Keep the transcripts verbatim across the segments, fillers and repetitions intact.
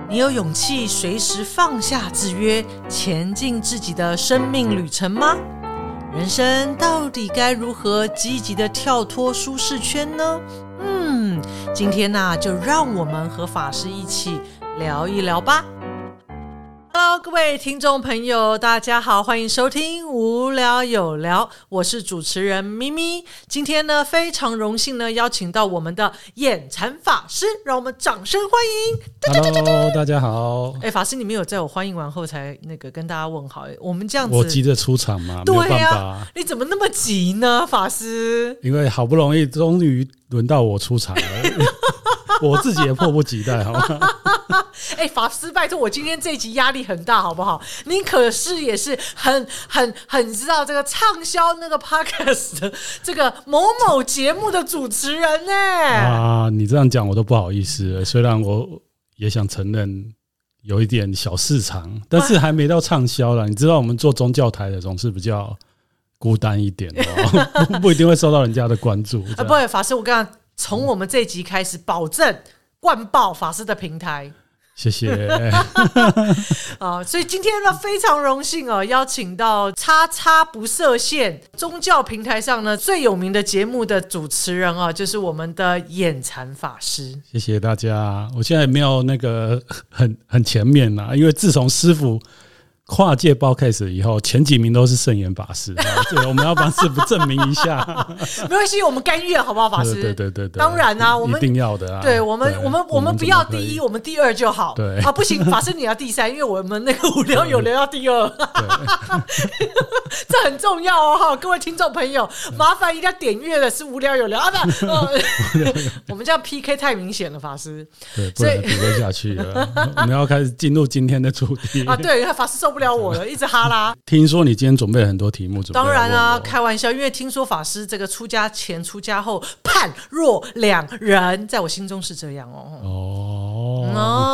你有勇气随时放下制约，前进自己的生命旅程吗？人生到底该如何积极的跳脱舒适圈呢？嗯，今天呢、啊，就让我们和法师一起聊一聊吧。Hello， 各位听众朋友，大家好，欢迎收听无聊有聊，我是主持人咪咪。今天呢，非常荣幸呢，邀请到我们的眼禅法师，让我们掌声欢迎。 Hello， 大家好。 哎，法师，你没有在我欢迎完后才那个跟大家问好？我们这样子， 我急着出场嘛， 对呀、 没有办法。 你怎么那么急呢，法师？ 因为好不容易，终于轮到我出场了。我自己也迫不及待，好吗？ 哎，法师，拜托，我今天这一集压力很大，好不好？你可是也是很很很知道这个畅销那个 podcast 的这个某某节目的主持人呢、欸。 啊，你这样讲我都不好意思了。虽然我也想承认有一点小市场，但是还没到畅销了。你知道我们做宗教台的总是比较孤单一点哦，不, 不一定会受到人家的关注。 啊，不会，法师，我刚刚从我们这一集开始，保证灌爆法师的平台。 谢谢。 啊，所以今天呢，非常荣幸哦，邀请到叉叉不设限宗教平台上呢最有名的节目的主持人哦，就是我们的眼禅法师。 谢谢大家。我现在没有那个很很前面啦，因为自从师父跨界podcast以后，前几名都是圣严法师。对，我们要帮师父证明一下。 没关系，我们甘愿，好不好，法师？ 对对对对， 当然啊，我们一定要的啊。 对我们，我们我们不要第一，我们第二就好。 对啊，不行，法师你要第三，因为我们那个无聊有聊要第二。这很重要哦，哈，各位听众朋友，麻烦一定要点阅的是无聊有聊啊，不、呃，我们这样 P K 太明显了，法师。 对，不然比不下去了。我们要开始进入今天的主题啊，对，法师受不了我了，一直哈拉。 听说你今天准备了很多题目， 当然啊，开玩笑，因为听说法师这个出家前、出家后判若两人，在我心中是这样哦。 哦，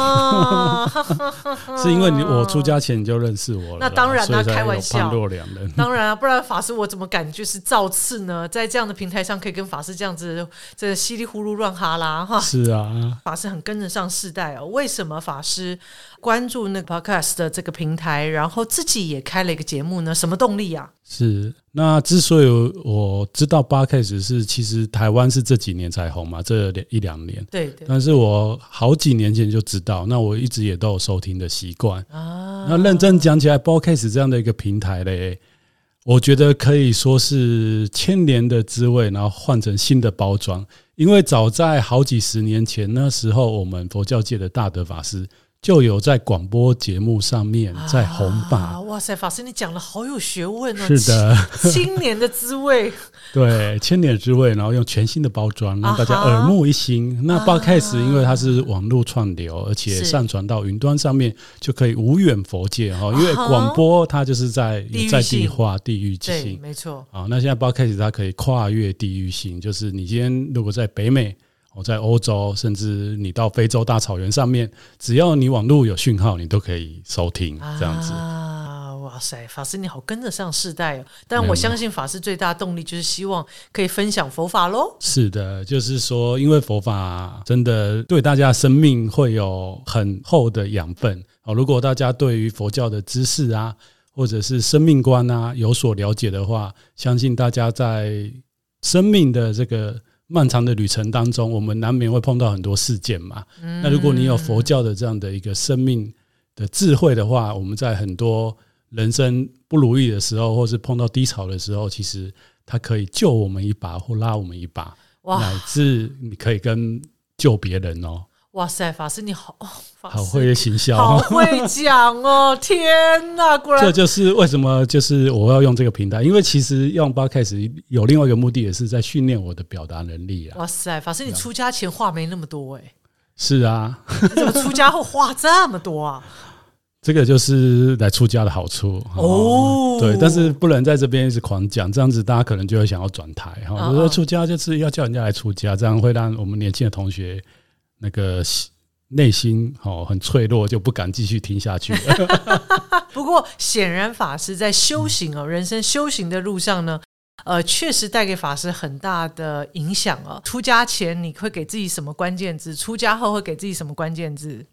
哦是因为你我出家前你就认识我了， 那当然啦、啊，开玩笑， 判若两人。 当然啊，不然法师我怎么敢就是造次呢？在这样的平台上可以跟法师这样子这个稀里呼噜乱哈拉哈。 是啊， 法师很跟得上世代哦。为什么法师关注那个 podcast 的这个平台，然后自己也开了一个节目呢？什么动力啊？ 是，那之所以我知道 podcast 是，其实台湾是这几年才红嘛，这一两年。 对对。 但是我好几年前就知道，那我一直也都有收听的习惯啊。那认真讲起来 ，podcast 这样的一个平台嘞，我觉得可以说是千年的滋味，然后换成新的包装。因为早在好几十年前，那时候我们佛教界的大德法师就有在广播节目上面在弘法、啊。 哇塞，法师你讲的好有学问哦！ 是的， 青年的滋味， 对，千年滋味，然后用全新的包装，让大家耳目一新。啊、那podcast因为它是网络串流，而且上传到云端上面，就可以无远弗届哈。因为广播它就是在有在地化、地域性， 对，没错。 啊，那现在 podcast 它可以跨越地域性，就是你今天如果在北美。我在欧洲，甚至你到非洲大草原上面，只要你网络有讯号，你都可以收听这样子。 啊，哇塞，法师你好跟得上世代哦！但我相信法师最大的动力就是希望可以分享佛法咯。 是的，就是说，因为佛法真的对大家生命会有很厚的养分。如果大家对于佛教的知识啊，或者是生命观啊有所了解的话，相信大家在生命的这个漫长的旅程当中，我们难免会碰到很多事件嘛、嗯、那如果你有佛教的这样的一个生命的智慧的话，我们在很多人生不如意的时候，或是碰到低潮的时候，其实它可以救我们一把或拉我们一把，乃至你可以跟救别人哦。 哇塞，法师你好，哦、法师好会行销， 好会讲哦！天哪，果然这就是为什么就是我要用这个平台，因为其实用 podcast 有另外一个目的，也是在训练我的表达能力啊。 哇塞，法师你出家前话没那么多哎、欸， 是啊， 你怎么出家后话这么多啊？ 这个就是来出家的好处哦，对，但是不能在这边一直狂讲，这样子大家可能就会想要转台哈。我说出家就是要叫人家来出家，这样会让我们年轻的同学那个内心很脆弱，就不敢继续听下去了。 不过显然法师在修行哦，人生修行的路上呢，呃，确实带给法师很大的影响哦。出家前你会给自己什么关键字？出家后会给自己什么关键字？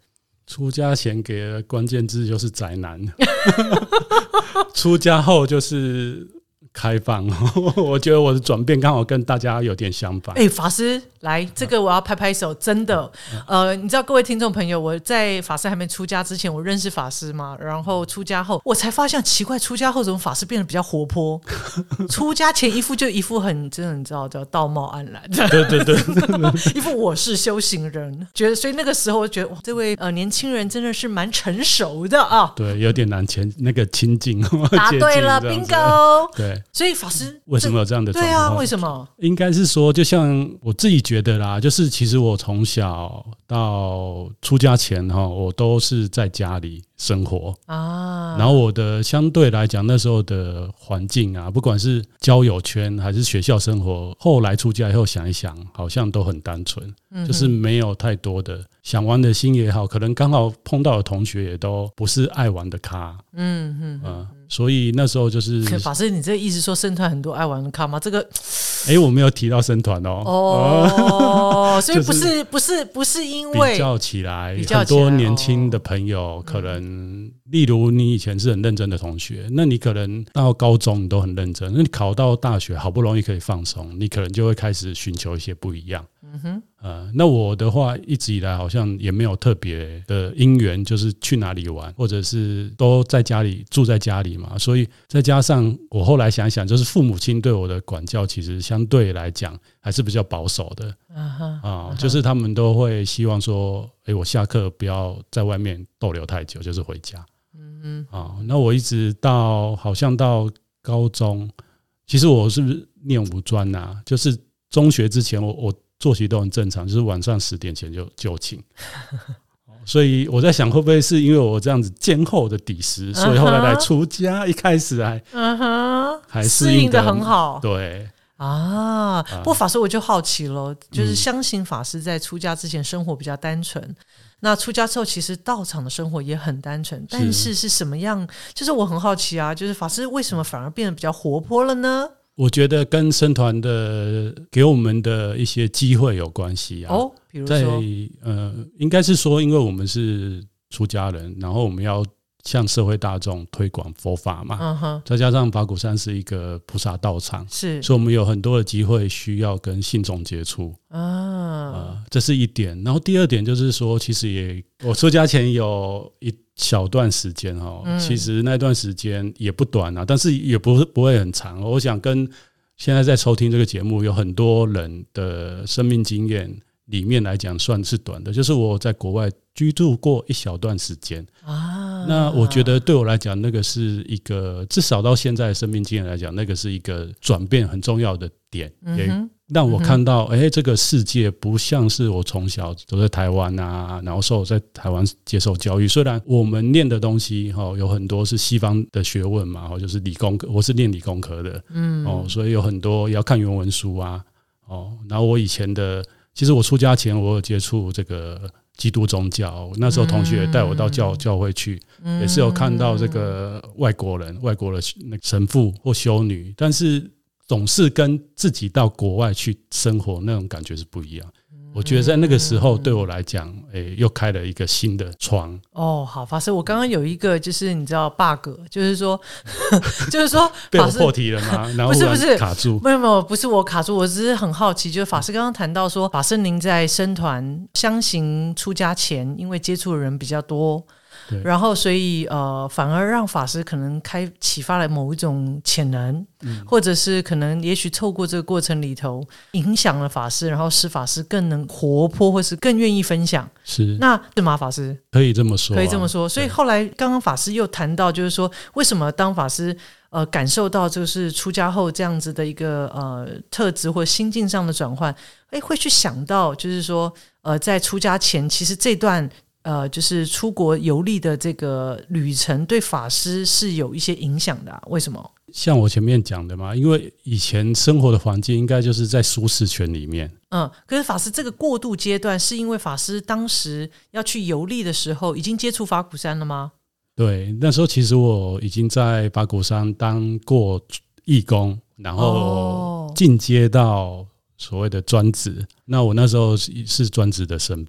出家前给的关键字就是宅男，出家后就是开放。我觉得我的转变刚好跟大家有点相反。 哎、欸，法师来，这个我要拍拍手，真的。呃，你知道各位听众朋友，我在法师还没出家之前，我认识法师嘛，然后出家后，我才发现奇怪，出家后怎么法师变得比较活泼？出家前一副就一副很真的，你知道叫道貌岸然， 对对对， 一副我是修行人，觉得所以那个时候我觉得哇，这位呃年轻人真的是蛮成熟的啊。 对，有点难前那个亲近。 答对了 ，bingo。 对， 所以法师为什么有这样的状况？ 对啊，为什么？ 应该是说，就像我自己觉得啦，就是其实我从小到出家前哈，我都是在家里生活啊，然后我的相对来讲那时候的环境啊，不管是交友圈还是学校生活，后来出家以后想一想，好像都很单纯，嗯、就是没有太多的想玩的心也好，可能刚好碰到的同学也都不是爱玩的咖，嗯嗯嗯，所以那时候就是法师，你这个意思说生团很多爱玩的咖吗？这个， 哎、欸，我没有提到生团哦， 哦，所以不是不是不是因为比较起来，很多年轻的朋友可能。嗯，例如你以前是很认真的同学，那你可能到高中你都很认真，那你考到大学好不容易可以放松，你可能就会开始寻求一些不一样。嗯哼，呃，那我的话一直以来好像也没有特别的因缘，就是去哪里玩，或者是都在家里住在家里嘛，所以再加上我后来想一想，就是父母亲对我的管教其实相对来讲还是比较保守的啊、呃，就是他们都会希望说，哎，我下课不要在外面逗留太久，就是回家。嗯哼，啊，那我一直到好像到高中，其实我是不是念五专啊？就是中学之前我，我我作息都很正常，就是晚上十点前就就寝。所以我在想，会不会是因为我这样子坚厚的底食，所以后来来出家，一开始还嗯哼，还适应的很好。对。 啊，不过法师我就好奇了，就是相信法师在出家之前生活比较单纯，嗯、那出家之后其实道场的生活也很单纯，但是是什么样？就是我很好奇啊，就是法师为什么反而变得比较活泼了呢？ 我觉得跟僧团的给我们的一些机会有关系啊。 哦，比如说， 在呃，应该是说，因为我们是出家人，然后我们要向社会大众推广佛法嘛，嗯哼，再加上法鼓山是一个菩萨道场，是，所以我们有很多的机会需要跟信众接触啊、呃，这是一点。然后第二点就是说，其实也我出家前有一小段时间哈、嗯，其实那段时间也不短啊，但是也不不会很长。我想跟现在在收听这个节目有很多人的生命经验里面来讲，算是短的，就是我在国外居住过一小段时间啊。那我觉得对我来讲，那个是一个至少到现在的生命经验来讲，那个是一个转变很重要的点，嗯、也让我看到，哎、欸，这个世界不像是我从小都在台湾啊，然后受在台湾接受教育。虽然我们念的东西哈有很多是西方的学问嘛，就是理工科，我是念理工科的，嗯，哦，所以有很多要看原文书啊，哦，然后我以前的。其实我出家前，我有接触这个基督宗教，那时候同学带我到教教会去，也是有看到这个外国人、外国的神父或修女，但是总是跟自己到国外去生活那种感觉是不一样。我觉得在那个时候对我来讲，欸，又开了一个新的窗。 哦，好，法师，我刚刚有一个就是你知道 bug， 就是说，就是说被我破题了吗？然后忽然卡住？ 没有没有，不是我卡住，我只是很好奇，就是法师刚刚谈到说，法师您在僧团相行出家前，因为接触的人比较多。然后，所以呃，反而让法师可能开启发了某一种潜能，嗯、或者是可能也许透过这个过程里头，影响了法师，然后使法师更能活泼，或是更愿意分享。 是， 那是吗？法师可以这么说、啊， 可以这么说。所以后来刚刚法师又谈到，就是说，为什么当法师呃感受到就是出家后这样子的一个呃特质或心境上的转换，哎，会去想到就是说，呃，在出家前，其实这段。呃，就是出国游历的这个旅程对法师是有一些影响的、啊、为什么？ 像我前面讲的嘛，因为以前生活的环境应该就是在舒适圈里面。 嗯，可是法师这个过渡阶段是因为法师当时要去游历的时候已经接触法鼓山了吗？ 对，那时候其实我已经在法鼓山当过义工，然后进阶到所谓的专职、哦、那我那时候是专职的身份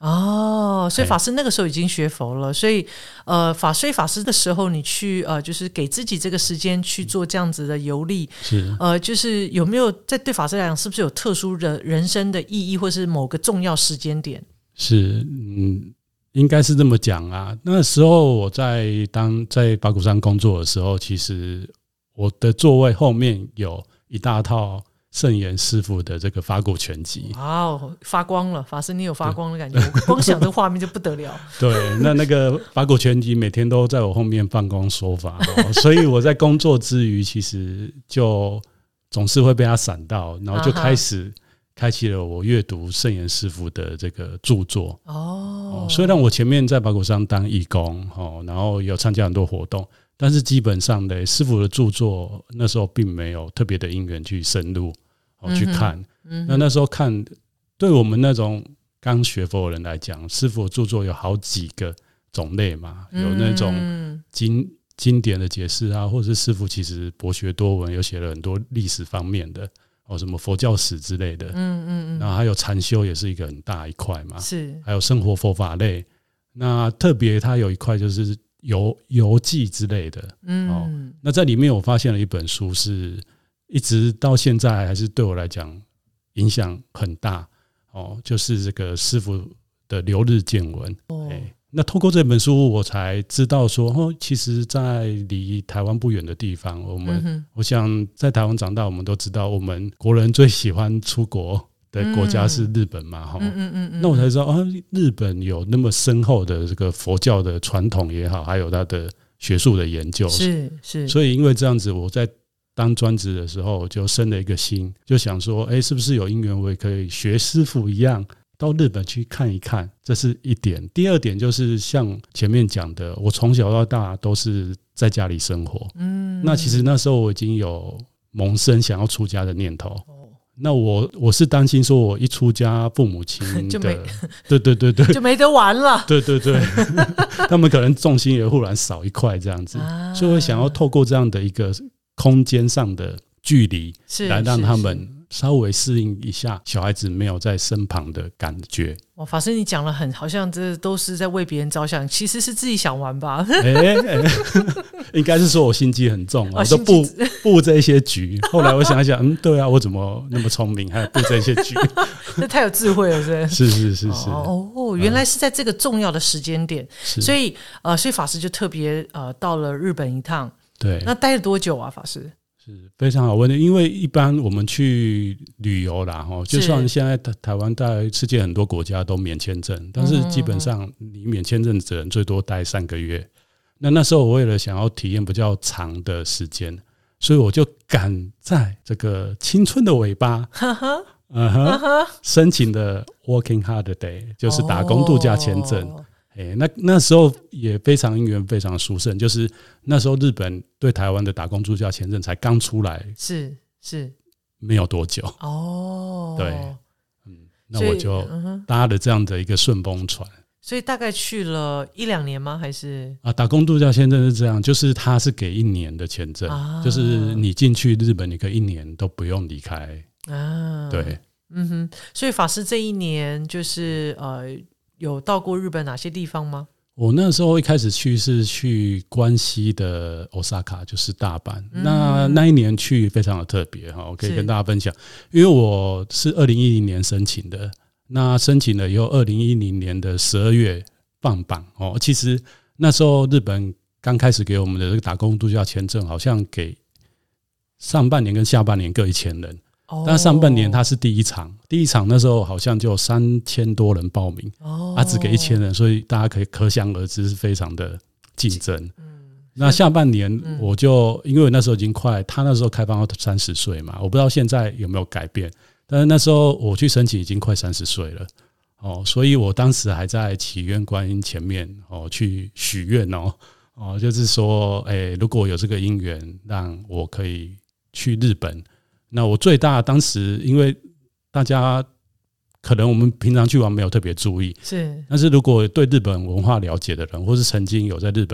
哦，所以法师那个时候已经学佛了，所以呃，法所以法师的时候，你去呃，就是给自己这个时间去做这样子的游历， 是呃，就是有没有在对法师来讲，是不是有特殊的人生的意义，或是某个重要时间点？ 是，嗯，应该是这么讲啊。那时候我在当在法鼓山工作的时候，其实我的座位后面有一大套圣严师父的这个法鼓全集。 哇哦，发光了，法师你有发光的感觉，我光想这画面就不得了。 对，那那个法鼓全集每天都在我后面放光说法、哦、所以我在工作之余其实就总是会被他闪到，然后就开始开启了我阅读圣严师父的这个著作。哦，虽然我前面在法鼓山当义工、哦、然后有参加很多活动，但是基本上的师父的著作那时候并没有特别的因缘去深入、哦、去看、嗯、那那时候看对我们那种刚学佛的人来讲，师父的著作有好几个种类嘛，有那种经经典的解释啊，或者是师父其实博学多闻，有写了很多历史方面的哦，什么佛教史之类的，嗯嗯嗯，然后还有禅修也是一个很大一块嘛，是，还有生活佛法类，那特别它有一块就是游游记之类的，嗯、哦，那在里面我发现了一本书，是一直到现在还是对我来讲影响很大哦，就是这个师父的留日见闻。哦，欸，那透过这本书，我才知道说，哦，其实，在离台湾不远的地方，我们、嗯、我想在台湾长大，我们都知道，我们国人最喜欢出国的国家是日本嘛，嗯嗯嗯嗯，那我才知道，哦，日本有那么深厚的这个佛教的传统也好，还有它的学术的研究，是是，所以因为这样子，我在当专职的时候就生了一个心，就想说，哎，是不是有因缘我也可以学师父一样到日本去看一看，这是一点。第二点就是像前面讲的，我从小到大都是在家里生活，嗯，那其实那时候我已经有萌生想要出家的念头。那我我是担心说，我一出家，父母亲就没， 对对对对， 就没得玩了。 对对对，他们可能重心也忽然少一块这样子，啊，所以我想要透过这样的一个空间上的距离，来让他们稍微适应一下小孩子没有在身旁的感觉。 哇，法师你讲了很好像这都是在为别人着想，其实是自己想玩吧？ 欸欸，应该是说我心机很重，我都布布这些局。后来我想一想，嗯，对啊，我怎么那么聪明，还布这些局？ 这太有智慧了，是是是是是。 哦，原来是在这个重要的时间点，嗯，所以呃，所以法师就特别呃到了日本一趟。对，那待了多久啊，法师？ 是非常好问的，因为一般我们去旅游啦，就算现在台湾在世界很多国家都免签证，但是基本上你免签证只能最多待三个月。那那时候我为了想要体验比较长的时间，所以我就赶在这个青春的尾巴，嗯哼，申请的 Working Holiday， 就是打工度假签证。哦，欸，那那时候也非常因缘非常殊胜，就是那时候日本对台湾的打工度假签证才刚出来，是是没有多久哦，对，嗯，那我就搭了这样的一个顺风船， 所以大概去了一两年吗？还是啊？打工度假签证是这样，就是它是给一年的签证，啊，就是你进去日本，你可以一年都不用离开啊。对， 嗯哼，所以法师这一年就是呃。有到过日本哪些地方吗？ 我那时候一开始去是去关西的 Osaka， 就是大阪，嗯，那那一年去非常的特别，我可以跟大家分享，因为我是二零一零年申请的，那申请了以后二零一零年的十二月放榜，其实那时候日本刚开始给我们的这个打工度假签证，好像给上半年跟下半年各一千人，但上半年它是第一场，第一场那时候好像就有三千多人报名，哦，啊，只给一千人，所以大家可以可想而知是非常的竞争。嗯，那下半年我就，嗯，因为那时候已经快，他那时候开放到三十岁嘛，我不知道现在有没有改变，但是那时候我去申请已经快三十岁了，哦，所以我当时还在祈愿观音前面哦去许愿哦，哦，就是说，哎，如果有这个因缘，让我可以去日本。那我最大当时，因为大家可能我们平常去玩没有特别注意，是，但是如果对日本文化了解的人，或是曾经有在日本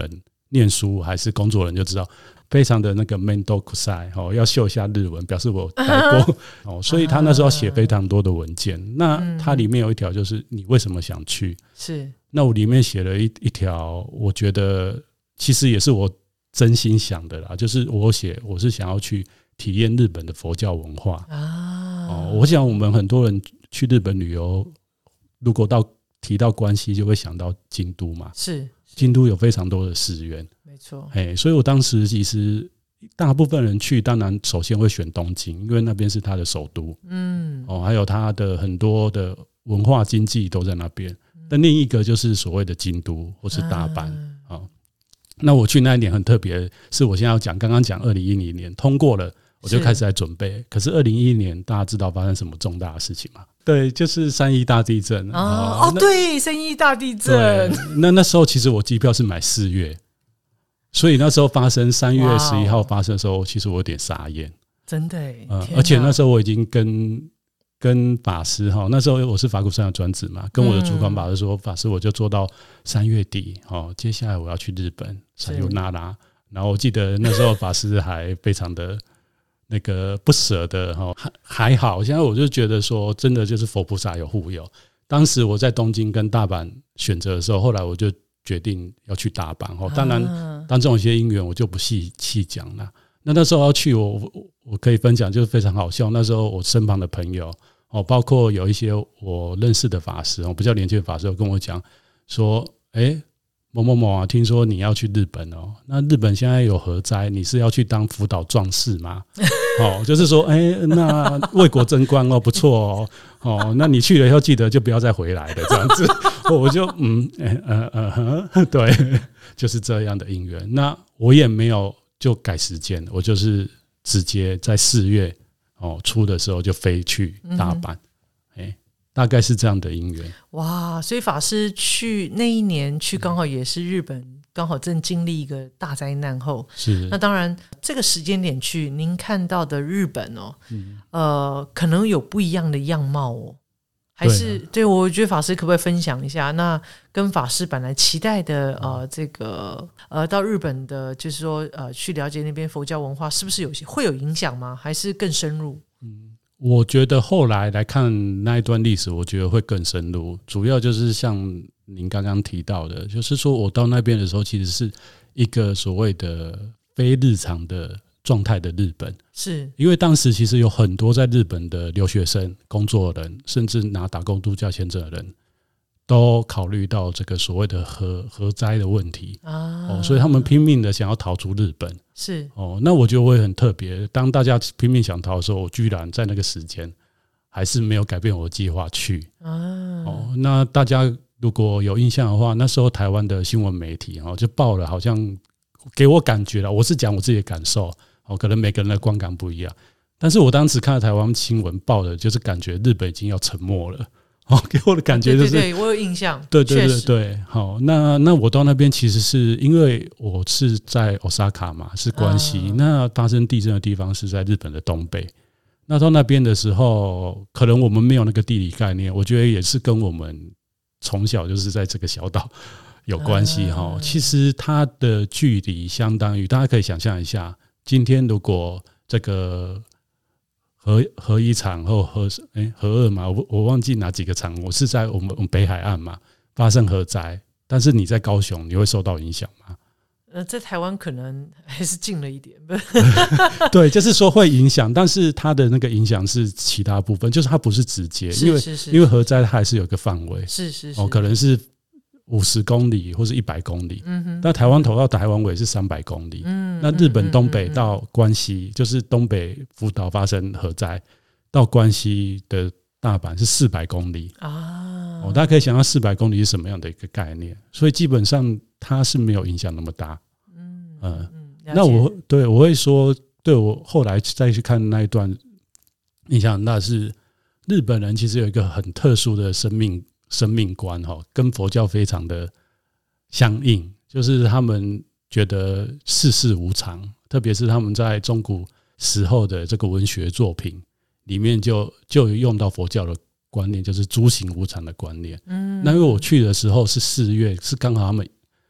念书还是工作人就知道，非常的那个 mendokusai、哦、要秀一下日文，表示我待过、哦、所以他那时候写非常多的文件。那它里面有一条就是你为什么想去？ 是。 那我里面写了一一条，我觉得其实也是我真心想的啦，就是我写我是想要去体验日本的佛教文化啊、哦。我想我们很多人去日本旅游，如果到提到关西就会想到京都嘛， 是, 是京都有非常多的寺院， 没错。 所以我当时其实大部分人去，当然首先会选东京，因为那边是它的首都，嗯，哦，还有它的很多的文化经济都在那边。但另一个就是所谓的京都或是大阪、啊哦、那我去那一年很特别，是我现在要讲，刚刚讲二零一零年通过了，我就开始在准备。可是二零一一年大家知道发生什么重大的事情吗？对，就是三一大地震。 哦，哦对，三一大地震。 那那时候其实我机票是买四月，所以那时候发生三月十一号发生的时候，其实我有点傻眼， 真的耶、 呃、而且那时候我已经跟跟法师哈，那时候我是法鼓山的专职嘛，跟我的主管法师说，嗯、法师我就做到三月底，哦，接下来我要去日本萨尤那拉。然后我记得那时候法师还非常的那个不舍的哈，还好。现在我就觉得说，真的就是佛菩萨有护佑。当时我在东京跟大阪选择的时候，后来我就决定要去大阪。哦，当然当中有些因缘我就不细细讲了。那那时候要去我，我我可以分享，就是非常好笑。那时候我身旁的朋友哦，包括有一些我认识的法师哦，比较年轻的法师，跟我讲说，哎，某某某啊，听说你要去日本哦，那日本现在有核灾，你是要去当福岛壮士吗？哦，就是说，哎，那为国争光哦，不错哦，哦，那你去了以后记得就不要再回来了，这样子。我就嗯，呃呃呃，对，就是这样的因缘。那我也没有就改时间，我就是直接在四月哦初的时候就飞去大阪，嗯欸、大概是这样的因缘。 哇，所以法师去那一年去，刚好也是日本刚好正经历一个大灾难后， 是。 那当然这个时间点去，您看到的日本哦，嗯、呃，可能有不一样的样貌哦。还是 对,、啊、对，我觉得法师可不可以分享一下，那跟法师本来期待的呃这个呃到日本的，就是说呃去了解那边佛教文化，是不是有些会有影响吗？还是更深入？ 嗯，我觉得后来来看那一段历史，我觉得会更深入。主要就是像您刚刚提到的，就是说我到那边的时候，其实是一个所谓的非日常的状态的日本， 是因为当时其实有很多在日本的留学生、工作人，甚至拿打工度假签证的人，都考虑到这个所谓的核核灾的问题啊、哦，所以他们拼命的想要逃出日本。 是哦，那我觉得会很特别。当大家拼命想逃的时候，我居然在那个时间还是没有改变我的计划去啊。哦，那大家如果有印象的话，那时候台湾的新闻媒体哦就报了，好像给我感觉了，我是讲我自己的感受。哦，可能每个人的观感不一样，但是我当时看到台湾新闻报的，就是感觉日本已经要沉没了。哦，给我的感觉就是， 对对对，我有印象。 对对对对，好，那那我到那边其实是因为我是在 Osaka 嘛，是关西、啊，那发生地震的地方是在日本的东北。那到那边的时候，可能我们没有那个地理概念，我觉得也是跟我们从小就是在这个小岛有关系哈、啊。其实它的距离相当于，大家可以想象一下。今天如果这个核核一厂或核诶核二嘛，我我忘记哪几个厂，我是在我们我们北海岸嘛发生核灾，但是你在高雄，你会受到影响吗？ 呃，在台湾可能还是近了一点， 对，就是说会影响，但是它的那个影响是其他部分，就是它不是直接，因为因为核灾它还是有一个范围， 是是是， 哦，可能是五十公里或是一百公里，嗯哼，那台湾头到台湾尾是三百公里，嗯，那日本东北到关西，就是东北福岛发生核灾，到关西的大阪是四百公里啊，哦，大家可以想象四百公里是什么样的一个概念，所以基本上它是没有影响那么大，嗯嗯，那我对我会说，对我后来再去看那一段，印象很大是日本人其实有一个很特殊的生命。生命观跟佛教非常的相应，就是他们觉得世事无常，特别是他们在中古时候的这个文学作品里面就就有用到佛教的观念，就是诸行无常的观念。嗯，那因为我去的时候是四月，是刚好他们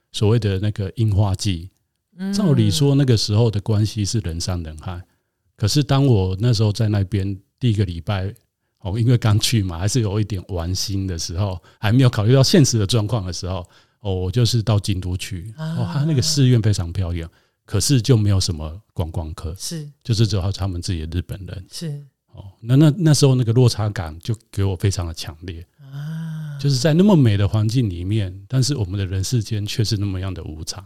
所谓的那个樱花季。照理说那个时候的关系是人山人海，可是当我那时候在那边第一个礼拜，哦，因为刚去嘛，还是有一点玩心的时候，还没有考虑到现实的状况的时候，哦，我就是到京都去，哦，他那个寺院非常漂亮，可是就没有什么观光客， 是， 就是只有他们自己的日本人， 是， 哦，那那那时候那个落差感就给我非常的强烈啊，就是在那么美的环境里面，但是我们的人世间却是那么样的无常。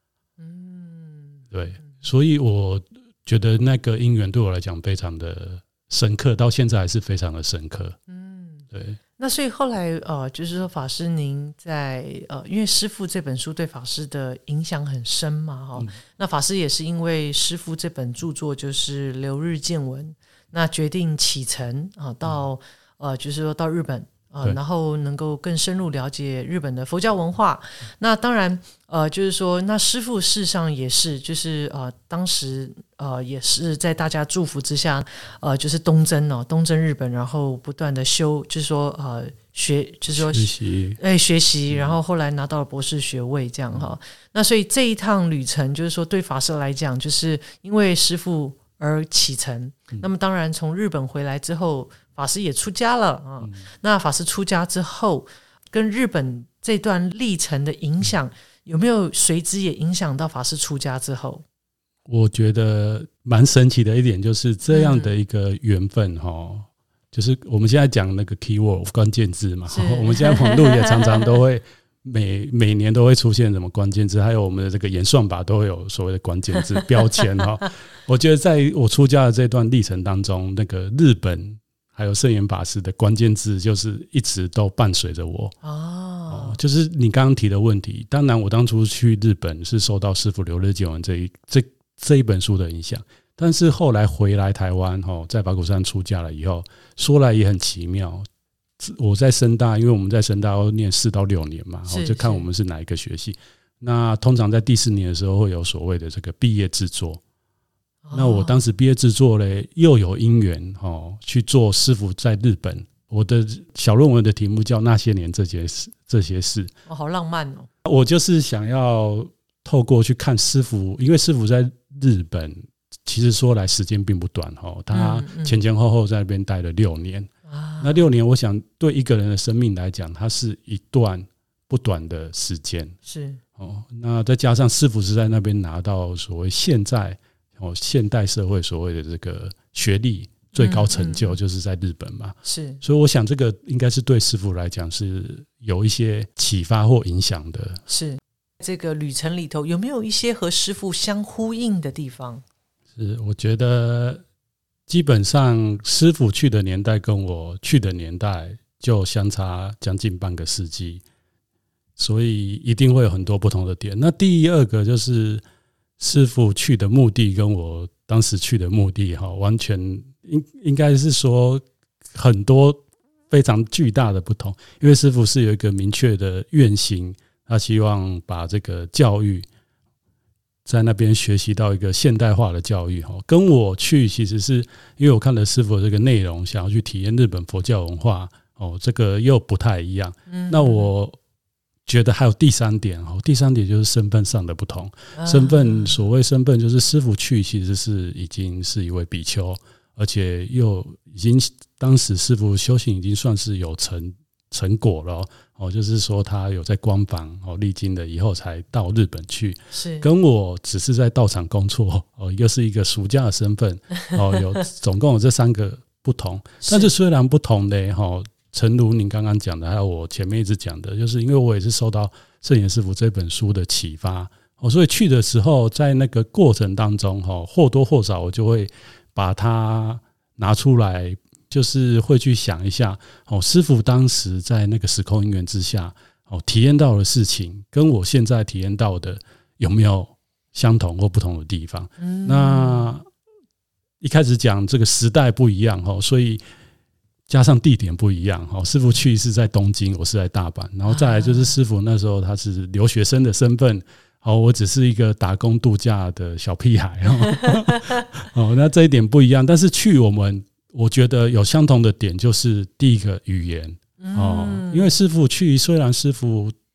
对，所以我觉得那个因缘对我来讲非常的深刻，到现在还是非常的深刻。嗯，对。 那所以后来呃，就是说法师您在呃，因为师父这本书对法师的影响很深嘛，哈、哦嗯。那法师也是因为师父这本著作就是留日见闻，那决定启程啊，到、嗯、呃，就是说到日本。呃，然后能够更深入了解日本的佛教文化。那当然，呃，就是说，那师父事实上也是，就是呃，当时呃也是在大家祝福之下，呃，就是东征哦，东征日本，然后不断的修，就是说呃学，就是说学习， 哎学习，然后后来拿到了博士学位，这样哈、嗯。那所以这一趟旅程，就是说对法师来讲，就是因为师父而启程。嗯、那么当然，从日本回来之后。法师也出家了啊、嗯，那法师出家之后，跟日本这段历程的影响，有没有随之也影响到法师出家之后？ 我觉得蛮神奇的一点就是这样的一个缘分哈、嗯，就是我们现在讲那个 keyword 关键字嘛，我们现在网络也常常都会每每年都会出现什么关键字，还有我们的这个演算法都会有所谓的关键字标签哈。我觉得在我出家的这段历程当中，那个日本。还有圣严法师的关键字就是一直都伴随着我、哦、就是你刚刚提的问题。当然我当初去日本是受到师父留日见闻这一这这一本书的影响，但是后来回来台湾、哦、在法鼓山出家了以后，说来也很奇妙。我在深大，因为我们在深大要念四到六年嘛、哦、就看我们是哪一个学系。那通常在第四年的时候会有所谓的这个毕业制作。那我当时毕业制作嘞，又有因缘、哦、去做师父在日本，我的小论文的题目叫《那些年这些事》，这些事、 哦、好浪漫哦。 我就是想要透过去看师父，因为师父在日本其实说来时间并不短、哦、他前前后后在那边待了六年、嗯嗯、那六年我想对一个人的生命来讲，它是一段不短的时间。 是、 哦、那再加上师父是在那边拿到所谓现在哦，现代社会所谓的这个学历最高成就就是在日本嘛， 嗯嗯、是， 所以我想这个应该是对师父来讲是有一些启发或影响的。 是，这个旅程里头有没有一些和师父相呼应的地方？ 是，我觉得基本上师父去的年代跟我去的年代就相差将近半个世纪，所以一定会有很多不同的点。那第二个就是师父去的目的跟我当时去的目的完全应应该是说很多非常巨大的不同。因为师父是有一个明确的愿心，他希望把这个教育在那边学习到一个现代化的教育，跟我去其实是因为我看了师父的这个内容，想要去体验日本佛教文化，这个又不太一样。那我觉得还有第三点，第三点就是身份上的不同。身份，所谓身份就是师父去其实是已经是一位比丘，而且又已经当时师父修行已经算是有成成果了哦，就是说他有在光访哦历经了以后才到日本去， 是跟我只是在道场工作哦，又是一个俗家的身份哦，有总共有这三个不同。但是虽然不同的哦。诚如您刚刚讲的，还有我前面一直讲的，就是因为我也是受到圣严师父这本书的启发，所以去的时候在那个过程当中或多或少我就会把它拿出来，就是会去想一下师父当时在那个时空因缘之下体验到的事情跟我现在体验到的有没有相同或不同的地方。嗯、那一开始讲这个时代不一样，所以加上地点不一样，师父去是在东京，我是在大阪，然后再来就是师父那时候他是留学生的身份，我只是一个打工度假的小屁孩，那这一点不一样。但是去我们我觉得有相同的点，就是第一个语言，因为师父去虽然师父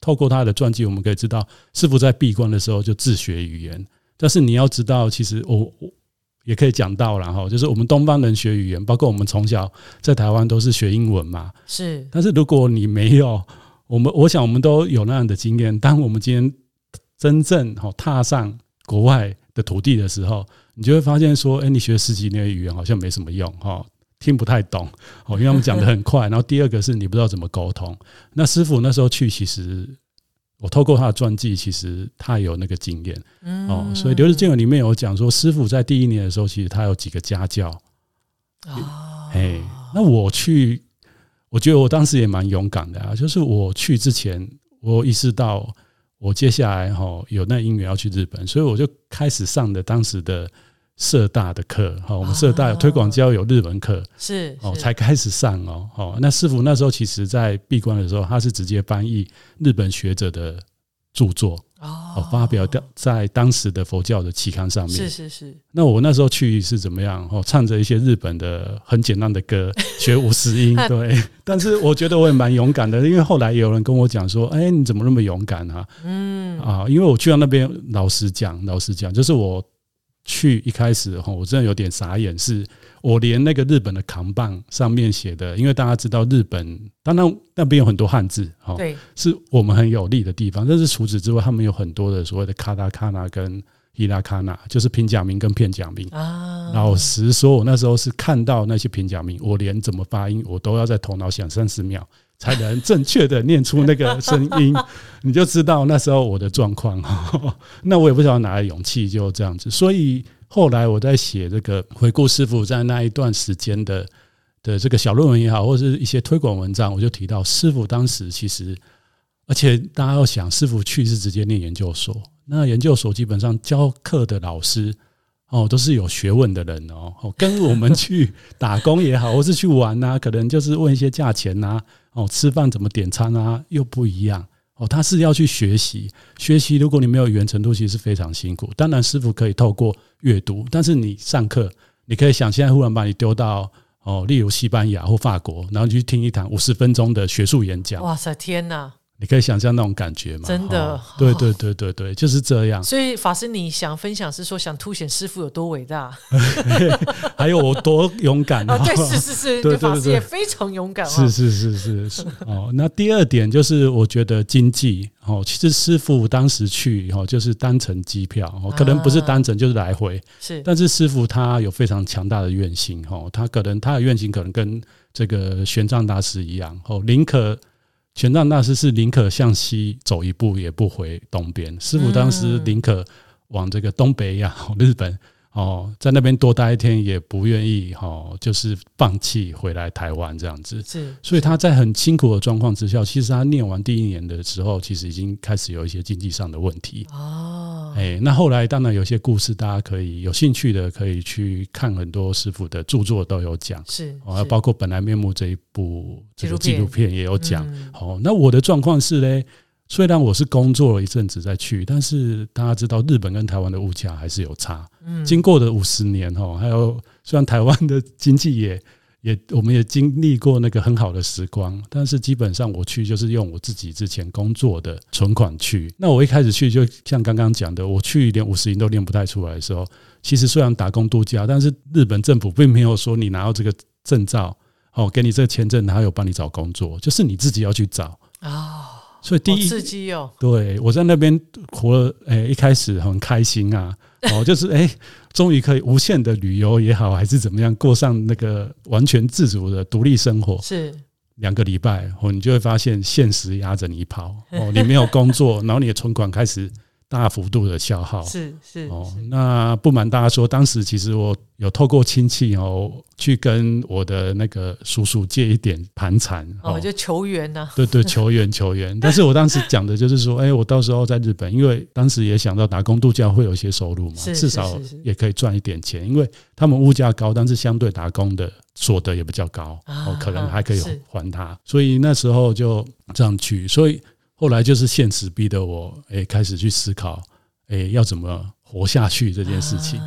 透过他的传记，我们可以知道师父在闭关的时候就自学语言。但是你要知道，其实我我也可以讲到啦，就是我们东方人学语言，包括我们从小在台湾都是学英文嘛， 是。 但是如果你没有，我们我想我们都有那样的经验，当我们今天真正踏上国外的土地的时候，你就会发现说，哎，你学十几年的语言好像没什么用，听不太懂，因为他们讲得很快。然后第二个是你不知道怎么沟通。那师父那时候去，其实我透过他的传记，其实他有那个经验，嗯哦，所以《流日经文》里面有讲说，师父在第一年的时候，其实他有几个家教。哦，哎，那我去，我觉得我当时也蛮勇敢的啊。就是我去之前，我意识到我接下来哈有那因缘要去日本，所以我就开始上的当时的社大的课，我们社大有推广教有日文课，是哦，才开始上哦。那师父那时候其实在闭关的时候，他是直接翻译日本学者的著作哦，发表在当时的佛教的期刊上面。是是是。那我那时候去是怎么样？哦，唱着一些日本的很简单的歌，学五十音，对。但是我觉得我也蛮勇敢的，因为后来有人跟我讲说：“哎，你怎么那么勇敢啊？”嗯啊，因为我去到那边，老实讲，老实讲，就是我。去一开始我真的有点傻眼，是我连那个日本的扛棒上面写的，因为大家知道日本当然那边有很多汉字，对，是我们很有利的地方。但是除此之外，他们有很多的所谓的卡达卡纳跟伊拉卡纳，就是平假名跟片假名啊。老实说，我那时候是看到那些平假名，我连怎么发音我都要在头脑想三十秒才能正确的念出那个声音，你就知道那时候我的状况。那我也不知道哪来勇气就这样子，所以后来我在写这个回顾师父在那一段时间的的这个小论文也好，或者是一些推广文章，我就提到师父当时其实，而且大家要想，师父去是直接念研究所，那研究所基本上教课的老师哦，都是有学问的人哦，跟我们去打工也好，或是去玩啊，可能就是问一些价钱啊，哦，吃饭怎么点餐啊，又不一样哦。他是要去学习，学习如果你没有语言程度，其实是非常辛苦。当然，师父可以透过阅读，但是你上课，你可以想，现在忽然把你丢到哦，例如西班牙或法国，然后去听一堂五十分钟的学术演讲， 哇塞，天哪！ 你可以想象那种感觉吗？ 真的，哦、 对对对对对，就是这样。 所以法师，你想分享是说想凸显师父有多伟大， 还有我多勇敢啊？对，是是是，对法师也非常勇敢、哦。 是是是是是。哦，那第二点就是我觉得经济哦，其实师父当时去哦，就是单程机票哦，可能不是单程就是来回，是、啊。但是师父他有非常强大的愿心哦，他可能他的愿心可能跟这个玄奘大师一样哦，宁可。玄奘大师是宁可向西走一步，也不回东边。师父当时宁可往这个东北亚、日本哦，在那边多待一天，也不愿意哦，就是放弃回来台湾这样子。是，所以他在很辛苦的状况之下，其实他念完第一年的时候，其实已经开始有一些经济上的问题。哦，哎，那后来当然有些故事，大家可以有兴趣的可以去看，很多师父的著作都有讲。是，哦，包括《本来面目》这一部这个纪录片也有讲。嗯、哦，那我的状况是呢？虽然我是工作了一阵子再去，但是大家知道日本跟台湾的物价还是有差。嗯，经过的五十年哈，还有虽然台湾的经济也也我们也经历过那个很好的时光，但是基本上我去就是用我自己之前工作的存款去。那我一开始去就像刚刚讲的，我去连五十音都练不太出来的时候，其实虽然打工度假，但是日本政府并没有说你拿到这个证照哦，给你这个签证，还有帮你找工作，就是你自己要去找啊。哦，所以第一，好刺激哦！对，我在那边活了，欸，一开始很开心啊，哦，就是哎，终于可以无限的旅游也好，还是怎么样，过上那个完全自主的独立生活。是两个礼拜，哦，你就会发现现实压着你跑，哦，你没有工作，然后你的存款开始大幅度的消耗。是是哦，那不瞒大家说，当时其实我有透过亲戚哦，去跟我的那个叔叔借一点盘缠哦，就求援呐，啊。对对，求援求援。但是我当时讲的就是说，哎，我到时候在日本，因为当时也想到打工度假会有一些收入嘛，至少也可以赚一点钱，因为他们物价高，但是相对打工的所得也比较高，啊，哦，可能还可以还他。所以那时候就这样去，所以后来就是现实逼得我，哎，开始去思考，哎，要怎么活下去这件事情。啊，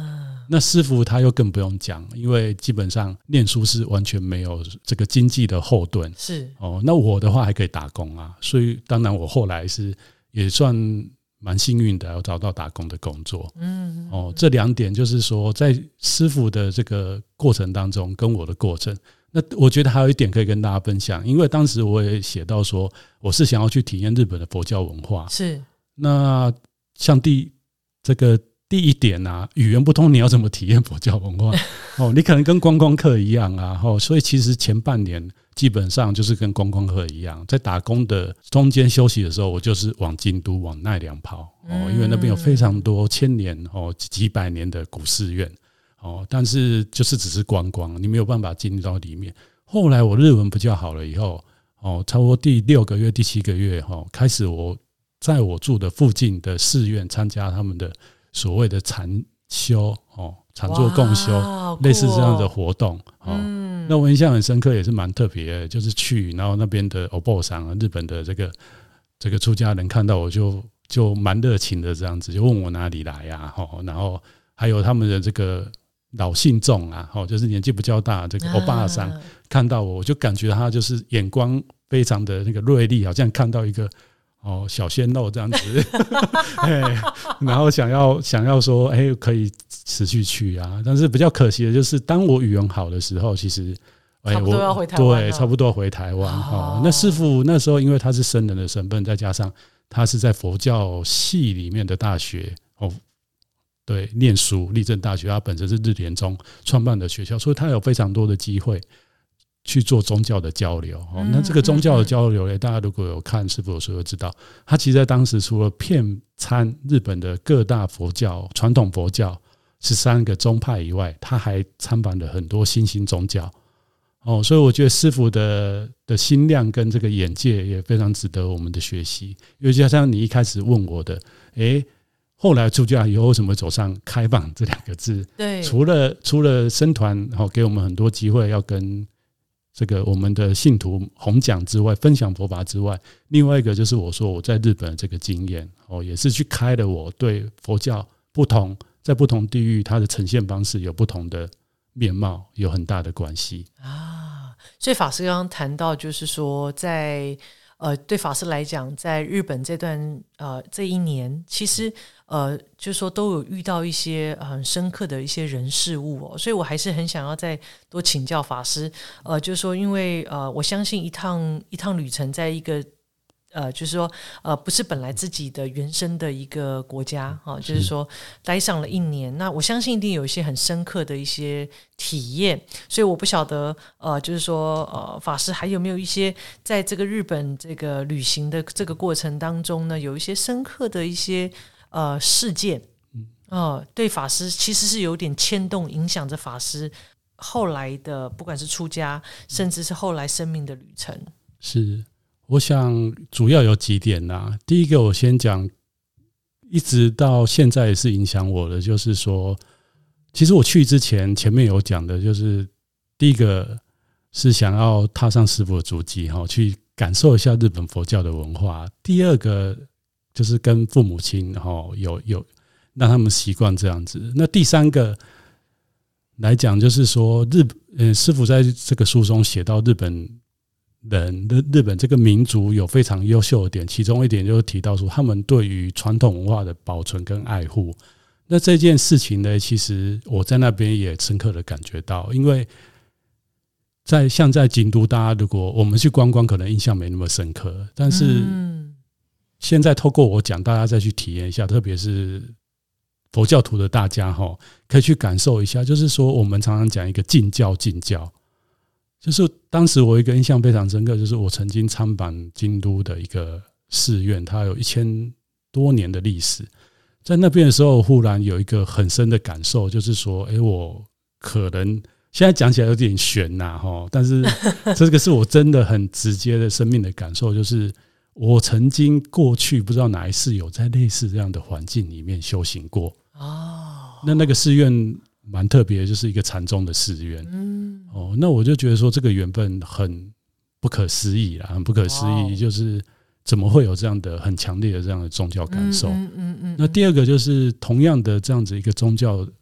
那师傅他又更不用讲，因为基本上念书是完全没有这个经济的后盾， 是哦。那我的话还可以打工啊，所以当然我后来是也算蛮幸运的，要找到打工的工作。嗯，哦，这两点就是说，在师傅的这个过程当中，跟我的过程，那我觉得还有一点可以跟大家分享，因为当时我也写到说，我是想要去体验日本的佛教文化。 是， 那像第这个第一点啊，语言不通，你要怎么体验佛教文化？哦，你可能跟观光客一样啊，哦，所以其实前半年基本上就是跟观光客一样，在打工的中间休息的时候，我就是往京都、往奈良跑哦，因为那边有非常多千年哦、几百年的古寺院哦，但是就是只是观光，你没有办法进入到里面。后来我日文比较好了以后哦，差不多第六个月、第七个月哦，开始我在我住的附近的寺院参加他们的所谓的禅修哦，禅坐共修， 哦、 类似这样的活动哦。嗯、那我印象很深刻，也是蛮特别的，就是去，然后那边的欧巴桑，日本的这个这个出家人看到我就就蛮热情的这样子，就问我哪里来呀、啊哦，然后还有他们的这个老信众啊，哦，就是年纪比较大这个欧巴桑、啊、看到我，我就感觉他就是眼光非常的那个锐利，好像看到一个。哦，小鲜肉这样子然后想要想要说哎，可以持续去啊，但是比较可惜的就是当我语言好的时候，其实哎，差不多要回台湾， 对，差不多回台湾、哦哦、那师父那时候因为他是僧人的身份，再加上他是在佛教系里面的大学哦，对，念书，立正大学，他本身是日莲宗创办的学校，所以他有非常多的机会去做宗教的交流、哦、那这个宗教的交流呢，大家如果有看师父有时候知道，他其实在当时除了遍参日本的各大佛教传统佛教十三个宗派以外，他还参访了很多新兴宗教、哦、所以我觉得师父的的心量跟这个眼界也非常值得我们的学习。尤其像你一开始问我的，诶后来出家以后为什么走上开放这两个字？ 对， 除了除了僧团、哦、给我们很多机会要跟这个我们的信徒弘讲之外，分享佛法之外，另外一个就是我说我在日本的这个经验、哦、也是去开了我对佛教不同在不同地域它的呈现方式有不同的面貌有很大的关系啊。所以法师刚刚谈到就是说在呃，对法师来讲，在日本这段呃这一年，其实呃，就是说都有遇到一些很深刻的一些人事物哦，所以我还是很想要再多请教法师，呃，就是说，因为呃，我相信一趟一趟旅程，在一个呃，就是说，呃，不是本来自己的原生的一个国家哈、哦，就是说待上了一年，那我相信一定有一些很深刻的一些体验，所以我不晓得，呃，就是说，呃，法师还有没有一些在这个日本这个旅行的这个过程当中呢，有一些深刻的一些呃事件，呃，对法师其实是有点牵动、影响着法师后来的，不管是出家，甚至是后来生命的旅程， 是。我想主要有几点啦。第一个我先讲，一直到现在也是影响我的，就是说其实我去之前前面有讲的，就是第一个是想要踏上师父的足迹，去感受一下日本佛教的文化。第二个就是跟父母亲有有让他们习惯这样子。那第三个来讲就是说日呃师父在这个书中写到日本人日本这个民族有非常优秀的点，其中一点就是提到说他们对于传统文化的保存跟爱护。那这件事情呢，其实我在那边也深刻的感觉到，因为在像在京都，大家如果我们去观光可能印象没那么深刻，但是现在透过我讲，大家再去体验一下，特别是佛教徒的大家可以去感受一下，就是说我们常常讲一个敬教敬教，就是当时我有一个印象非常深刻，就是我曾经参访京都的一个寺院，它有一千多年的历史。在那边的时候，忽然有一个很深的感受，就是说，哎，我可能现在讲起来有点悬呐，但是这个是我真的很直接的生命的感受，就是我曾经过去不知道哪一世有在类似这样的环境里面修行过。哦，那那个寺院蛮特别的，就是一个禅宗的寺院。嗯，哦，那我就觉得说这个缘分很不可思议啦，很不可思议，就是怎么会有这样的很强烈的这样的宗教感受？嗯嗯嗯嗯。那第二个就是同样的这样子一个宗教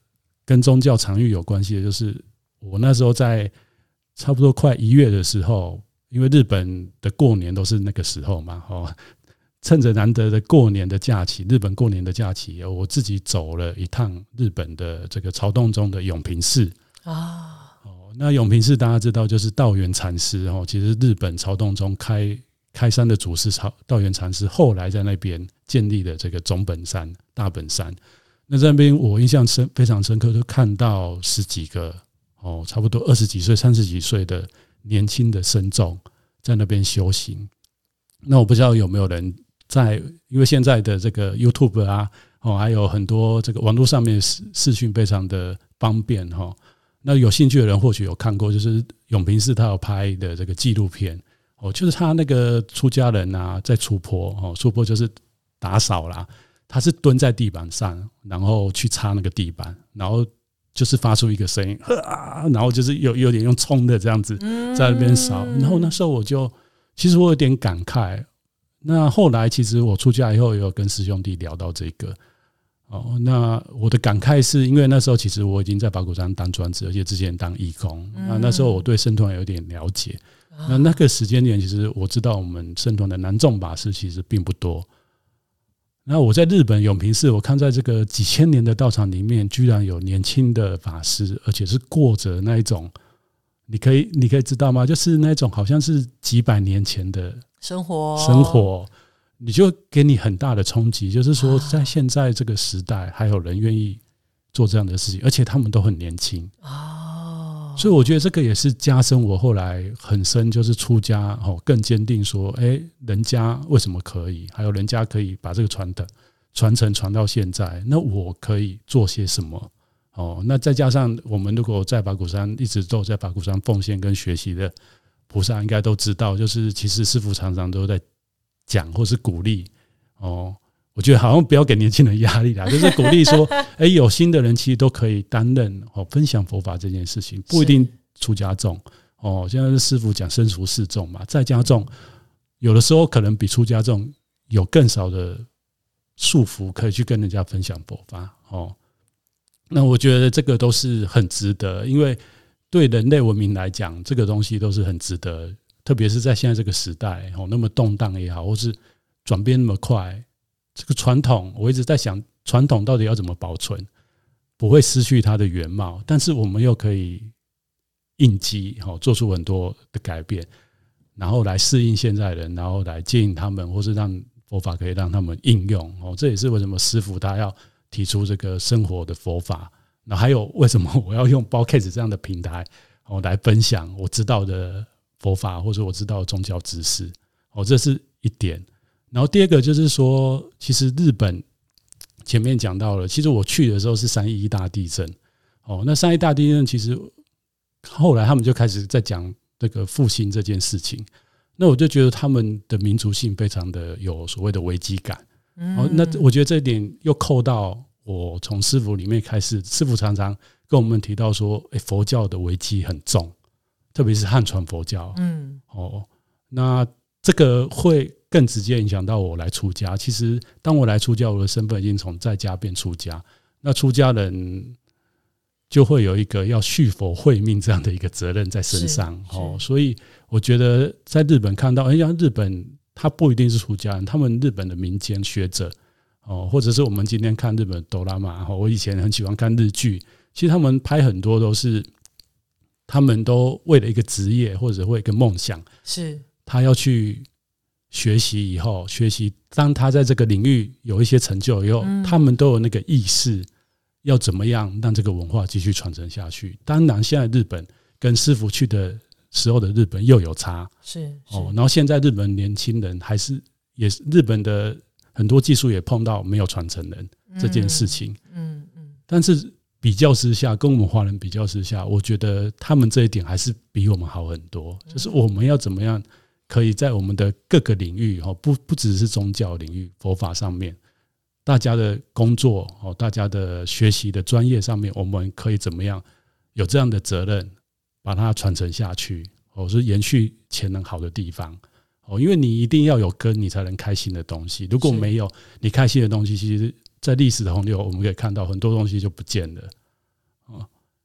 跟宗教场域有关系的，就是我那时候在差不多快一月的时候，因为日本的过年都是那个时候嘛，哦，趁着难得的过年的假期，日本过年的假期，我自己走了一趟日本的这个曹洞宗的永平寺啊。哦，那永平寺大家知道就是道元禅师哦，其实日本曹洞宗开开山的祖师道元禅师后来在那边建立了这个总本山、大本山。那在那边我印象深非常深刻，就看到十几个哦，差不多二十几岁、三十几岁的年轻的僧众在那边修行。那我不知道有没有人在，因为现在的这个 YouTube 啊，哦，还有很多这个网络上面视视讯非常的方便哈。那有兴趣的人或许有看过，就是永平寺他有拍的这个纪录片哦，就是他那个出家人啊，在出坡哦，出坡就是打扫啦，他是蹲在地板上，然后去擦那个地板，然后就是发出一个声音，然后就是有有点用冲的这样子在那边扫。然后那时候我就其实我有点感慨。那后来其实我出家以后也有跟师兄弟聊到这个哦，那我的感慨是因为那时候其实我已经在法鼓山当专职，而且之前当义工。那那时候我对僧团有点了解。那那个时间点，其实我知道我们僧团的男众法师其实并不多。那我在日本永平寺，我看在这个几千年的道场里面，居然有年轻的法师，而且是过着那一种，你可以你可以知道吗？就是那种好像是几百年前的生活生活，你就给你很大的冲击。就是说，在现在这个时代，还有人愿意做这样的事情，而且他们都很年轻哦。所以我觉得这个也是加深我后来很深，就是出家哦，更坚定说，哎，人家为什么可以，还有人家可以把这个传承传承传到现在，那我可以做些什么？哦，那再加上我们如果在法鼓山一直都在法鼓山奉献跟学习的菩萨，应该都知道，就是其实师父常常都在讲或是鼓励哦。我觉得好像不要给年轻人压力啦，就是鼓励说，哎，有心的人其实都可以担任哦，分享佛法这件事情，不一定出家众哦。现在是师父讲身熟识众嘛，在家众有的时候可能比出家众有更少的束缚，可以去跟人家分享佛法哦。那我觉得这个都是很值得，因为对人类文明来讲，这个东西都是很值得，特别是在现在这个时代哦，那么动荡也好，或是转变那么快。这个传统，我一直在想，传统到底要怎么保存，不会失去它的原貌，但是我们又可以应机，做出很多的改变，然后来适应现在人，然后来接引他们，或是让佛法可以让他们应用。这也是为什么师父他要提出这个生活的佛法。那还有为什么我要用 Podcast 这样的平台来分享我知道的佛法，或者我知道的宗教知识，这是一点。然后第二个就是说，其实日本前面讲到了，其实我去的时候是三一一大地震哦。那三一大地震其实后来他们就开始在讲这个复兴这件事情，那我就觉得他们的民族性非常的有所谓的危机感。哦，那我觉得这一点又扣到我从师父里面开始，师父常常跟我们提到说，欸，佛教的危机很重，特别是汉传佛教。嗯，哦，那这个会更直接影响到我来出家。其实当我来出家，我的身份已经从在家变出家，那出家人就会有一个要续佛慧命这样的一个责任在身上。哦，所以我觉得在日本看到，哎呀，日本他不一定是出家人，他们日本的民间学者哦，或者是我们今天看日本哆啦 A 梦，我以前很喜欢看日剧，其实他们拍很多都是他们都为了一个职业或者为一个梦想，是他要去学习以后，学习当他在这个领域有一些成就以后，嗯，他们都有那个意识，要怎么样让这个文化继续传承下去。当然，现在日本跟师父去的时候的日本又有差，是, 是哦。然后现在日本年轻人还是也是日本的很多技术也碰到没有传承人这件事情，嗯嗯嗯。但是比较之下，跟我们华人比较之下，我觉得他们这一点还是比我们好很多。就是我们要怎么样可以在我们的各个领域，不不只是宗教领域，佛法上面，大家的工作，大家的学习的专业上面，我们可以怎么样有这样的责任，把它传承下去，是延续潜能好的地方。因为你一定要有根，你才能开新的东西。如果没有你开新的东西，其实在历史的洪流，我们可以看到很多东西就不见了。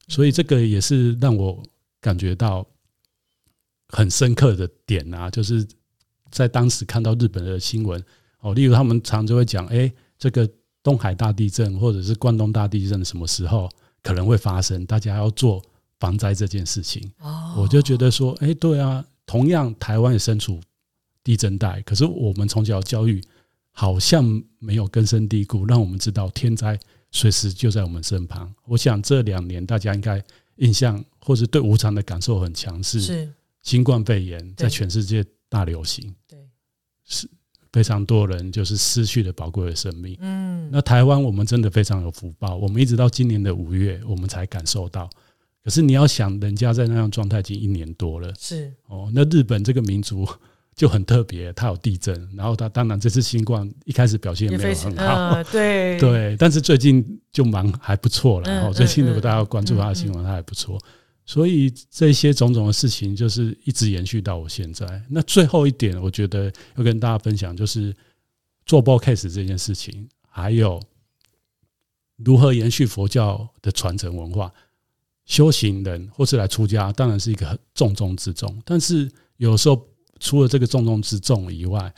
所以这个也是让我感觉到很深刻的点啊，就是在当时看到日本的新闻哦，例如他们常就会讲，哎，这个东海大地震或者是关东大地震什么时候可能会发生，大家要做防灾这件事情。哦，我就觉得说，哎，对啊，同样台湾也身处地震带，可是我们从小教育好像没有根深蒂固，让我们知道天灾随时就在我们身旁。我想这两年大家应该印象或者对无常的感受很强，是新冠肺炎在全世界大流行，对，是非常多人就是失去了宝贵的生命。嗯，那台湾我们真的非常有福报，我们一直到今年的五月我们才感受到。可是你要想，人家在那样状态已经一年多了，是哦。那日本这个民族就很特别，它有地震，然后它当然这次新冠一开始表现也没有很好，呃、对对，但是最近就蛮还不错了。然后最近如果大家关注它的新闻，它还不错。所以这些种种的事情就是一直延续到我现在。那最后一点，我觉得要跟大家分享，就是做 podcast 这件事情，还有如何延续佛教的传承文化。修行人或是来出家，当然是一个很重中之重，但是有时候除了这个重中之重以外，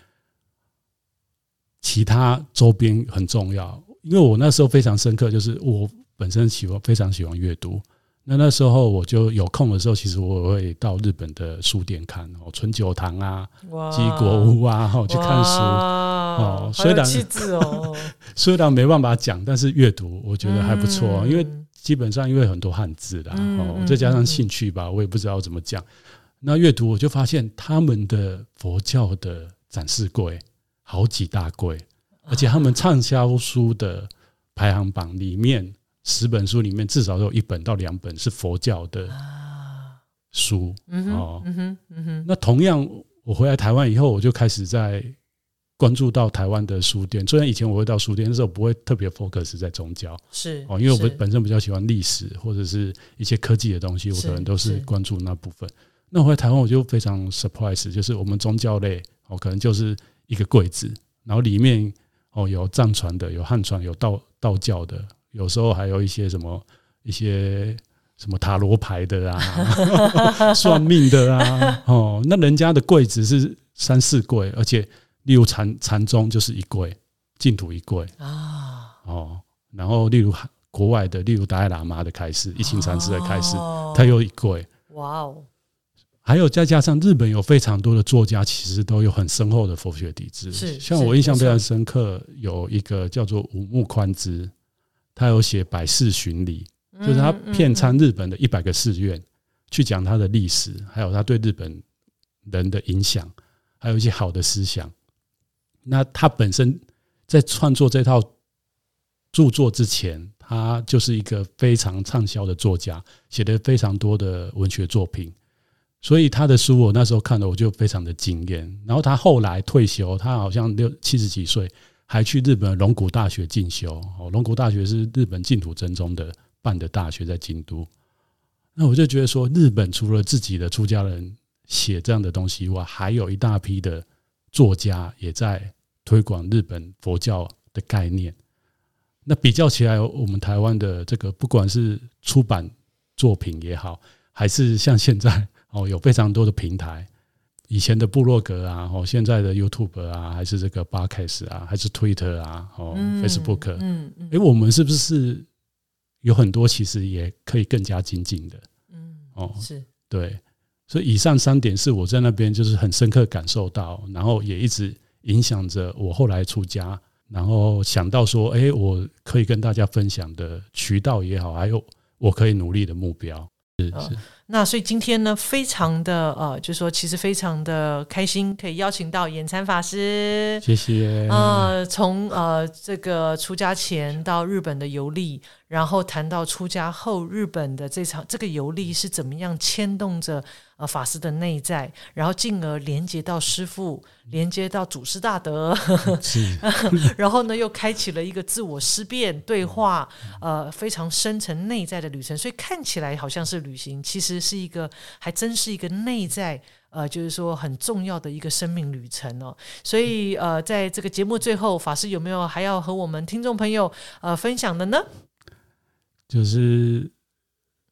其他周边很重要。因为我那时候非常深刻，就是我本身喜欢非常喜欢阅读，那那时候我就有空的时候，其实我会到日本的书店看哦，纯酒堂啊、基国屋啊，去看书哦。虽然气质哦，虽然没办法讲，但是阅读我觉得还不错，嗯、因为基本上因为很多汉字啦，嗯、哦，再加上兴趣吧，我也不知道怎么讲。那阅读我就发现他们的佛教的展示柜好几大柜，而且他们畅销书的排行榜里面，十本书里面至少有一本到两本是佛教的书。嗯哦嗯哼嗯哼，那同样，我回来台湾以后，我就开始在关注到台湾的书店。虽然以前我会到书店的时候，不会特别 focus 在宗教，是哦，因为我本身比较喜欢历史或者是一些科技的东西，我可能都是关注那部分。那回来台湾我就非常 surprise， 就是我们宗教类哦，可能就是一个柜子，然后里面哦有藏传的，有汉传，有道道教的，有时候还有一些什么一些什么塔罗牌的啊，算命的啊，哦，那人家的柜子是三四柜，而且例如禅禅宗就是一柜，净土一柜啊，哦，然后例如国外的，例如达赖喇嘛的开示，一行禅师的开示，它有一柜，哇哦。还有再加上日本有非常多的作家，其实都有很深厚的佛学底子。像我印象非常深刻，有一个叫做武木宽之，他有写《百世巡礼》，就是他遍参日本的一百个寺院，去讲他的历史，还有他对日本人的影响，还有一些好的思想。那他本身在创作这套著作之前，他就是一个非常畅销的作家，写了非常多的文学作品。所以他的书我那时候看了我就非常的惊艳，然后他后来退休，他好像六七十几岁还去日本龙谷大学进修。龙谷大学是日本净土真宗的办的大学，在京都。那我就觉得说，日本除了自己的出家人写这样的东西以外，还有一大批的作家也在推广日本佛教的概念。那比较起来，我们台湾的这个不管是出版作品也好，还是像现在哦，有非常多的平台，以前的部落格啊，哦，现在的 YouTube 啊，还是这个 Podcast 啊，还是 Twitter 啊，哦、嗯、，Facebook， 嗯嗯，哎，我们是不是有很多其实也可以更加精进的？嗯，哦，是对，所以以上三点是我在那边就是很深刻感受到，然后也一直影响着我后来出家，然后想到说，哎，我可以跟大家分享的渠道也好，还有我可以努力的目标。是是， 那所以今天呢，非常的呃，就是说其实非常的开心，可以邀请到延参法师， 谢谢。 呃，从呃这个出家前到日本的游历，然后谈到出家后日本的这场这个游历是怎么样牵动着呃法师的内在，然后进而连接到师父，连接到祖师大德，然后呢又开启了一个自我思辨对话，呃非常深层内在的旅程。所以看起来好像是旅行，其实是一个还真是一个内在呃，就是说很重要的一个生命旅程哦。所以呃，在这个节目最后，法师有没有还要和我们听众朋友呃分享的呢？ 就是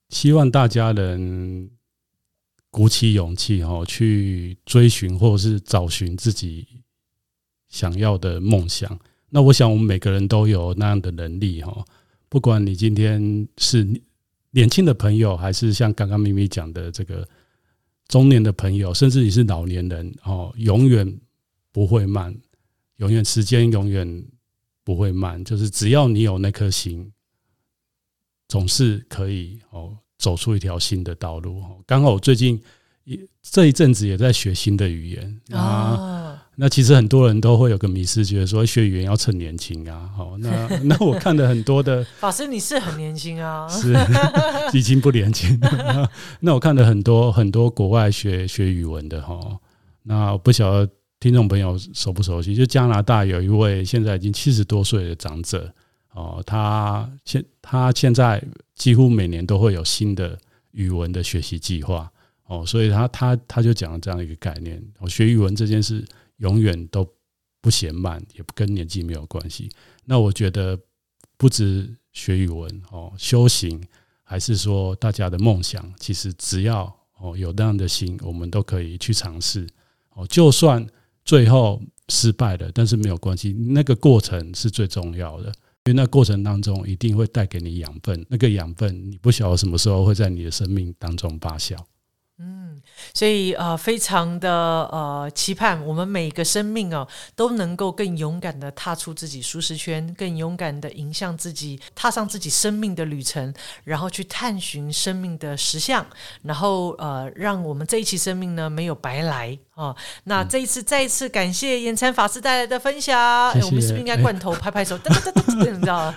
希望大家能鼓起勇气去追寻或是找寻自己想要的梦想。那我想我们每个人都有那样的能力，不管你今天是年轻的朋友，还是像刚刚咪咪讲的这个中年的朋友，甚至你是老年人，永远不会慢，永远时间永远不会慢，就是只要你有那颗心，总是可以走出一条新的道路。刚好我最近这一阵子也在学新的语言啊，那其实很多人都会有个迷思，觉得说学语言要趁年轻啊。那那我看了很多的法师你是很年轻啊， 是已经不年轻了。那我看了很多很多国外学学语文的，那我不晓得听众朋友熟不熟悉，就加拿大有一位现在已经七十多岁的长者，他现他现在几乎每年都会有新的语文的学习计划。哦，所以他他他就讲了这样一个概念，哦，学语文这件事永远都不嫌慢，也不跟年纪没有关系。那我觉得不止学语文，哦，修行还是说大家的梦想，其实只要哦有那样的心，我们都可以去尝试。哦，就算最后失败了，但是没有关系，那个过程是最重要的。因为那过程当中一定会带给你养分，那个养分你不晓得什么时候会在你的生命当中发酵。 嗯，所以呃，非常的呃期盼我们每个生命哦，都能够更勇敢的踏出自己舒适圈，更勇敢的迎向自己，踏上自己生命的旅程，然后去探寻生命的实相，然后呃，让我们这一期生命呢没有白来哦。那这一次再一次感谢延参法师带来的分享， 谢谢。 我们是不是应该罐头拍拍手？噔噔噔噔，你知道吗？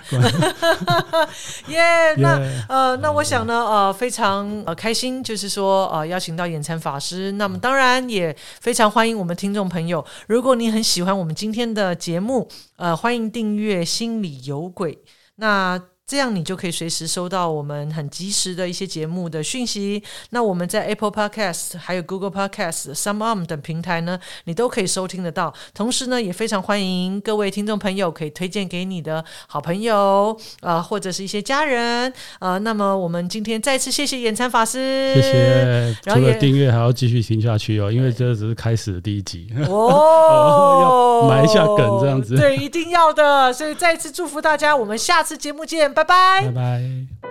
耶！那呃，那我想呢，呃，非常呃开心，就是说呃。邀请到延参法师，那么当然也非常欢迎我们听众朋友，如果你很喜欢我们今天的节目，呃，欢迎订阅心里有鬼，那这样你就可以随时收到我们很及时的一些节目的讯息。那我们在 Apple Podcast 还有 Google Podcast、SoundOn 等平台呢，你都可以收听得到。同时呢，也非常欢迎各位听众朋友可以推荐给你的好朋友，呃，或者是一些家人。呃，那么我们今天再次谢谢延参法师， 谢谢。除了订阅还要继续听下去哦，因为这只是开始的第一集哦， 要埋一下梗这样子。 对，一定要的。所以再次祝福大家，我们下次节目见。拜拜， 拜拜。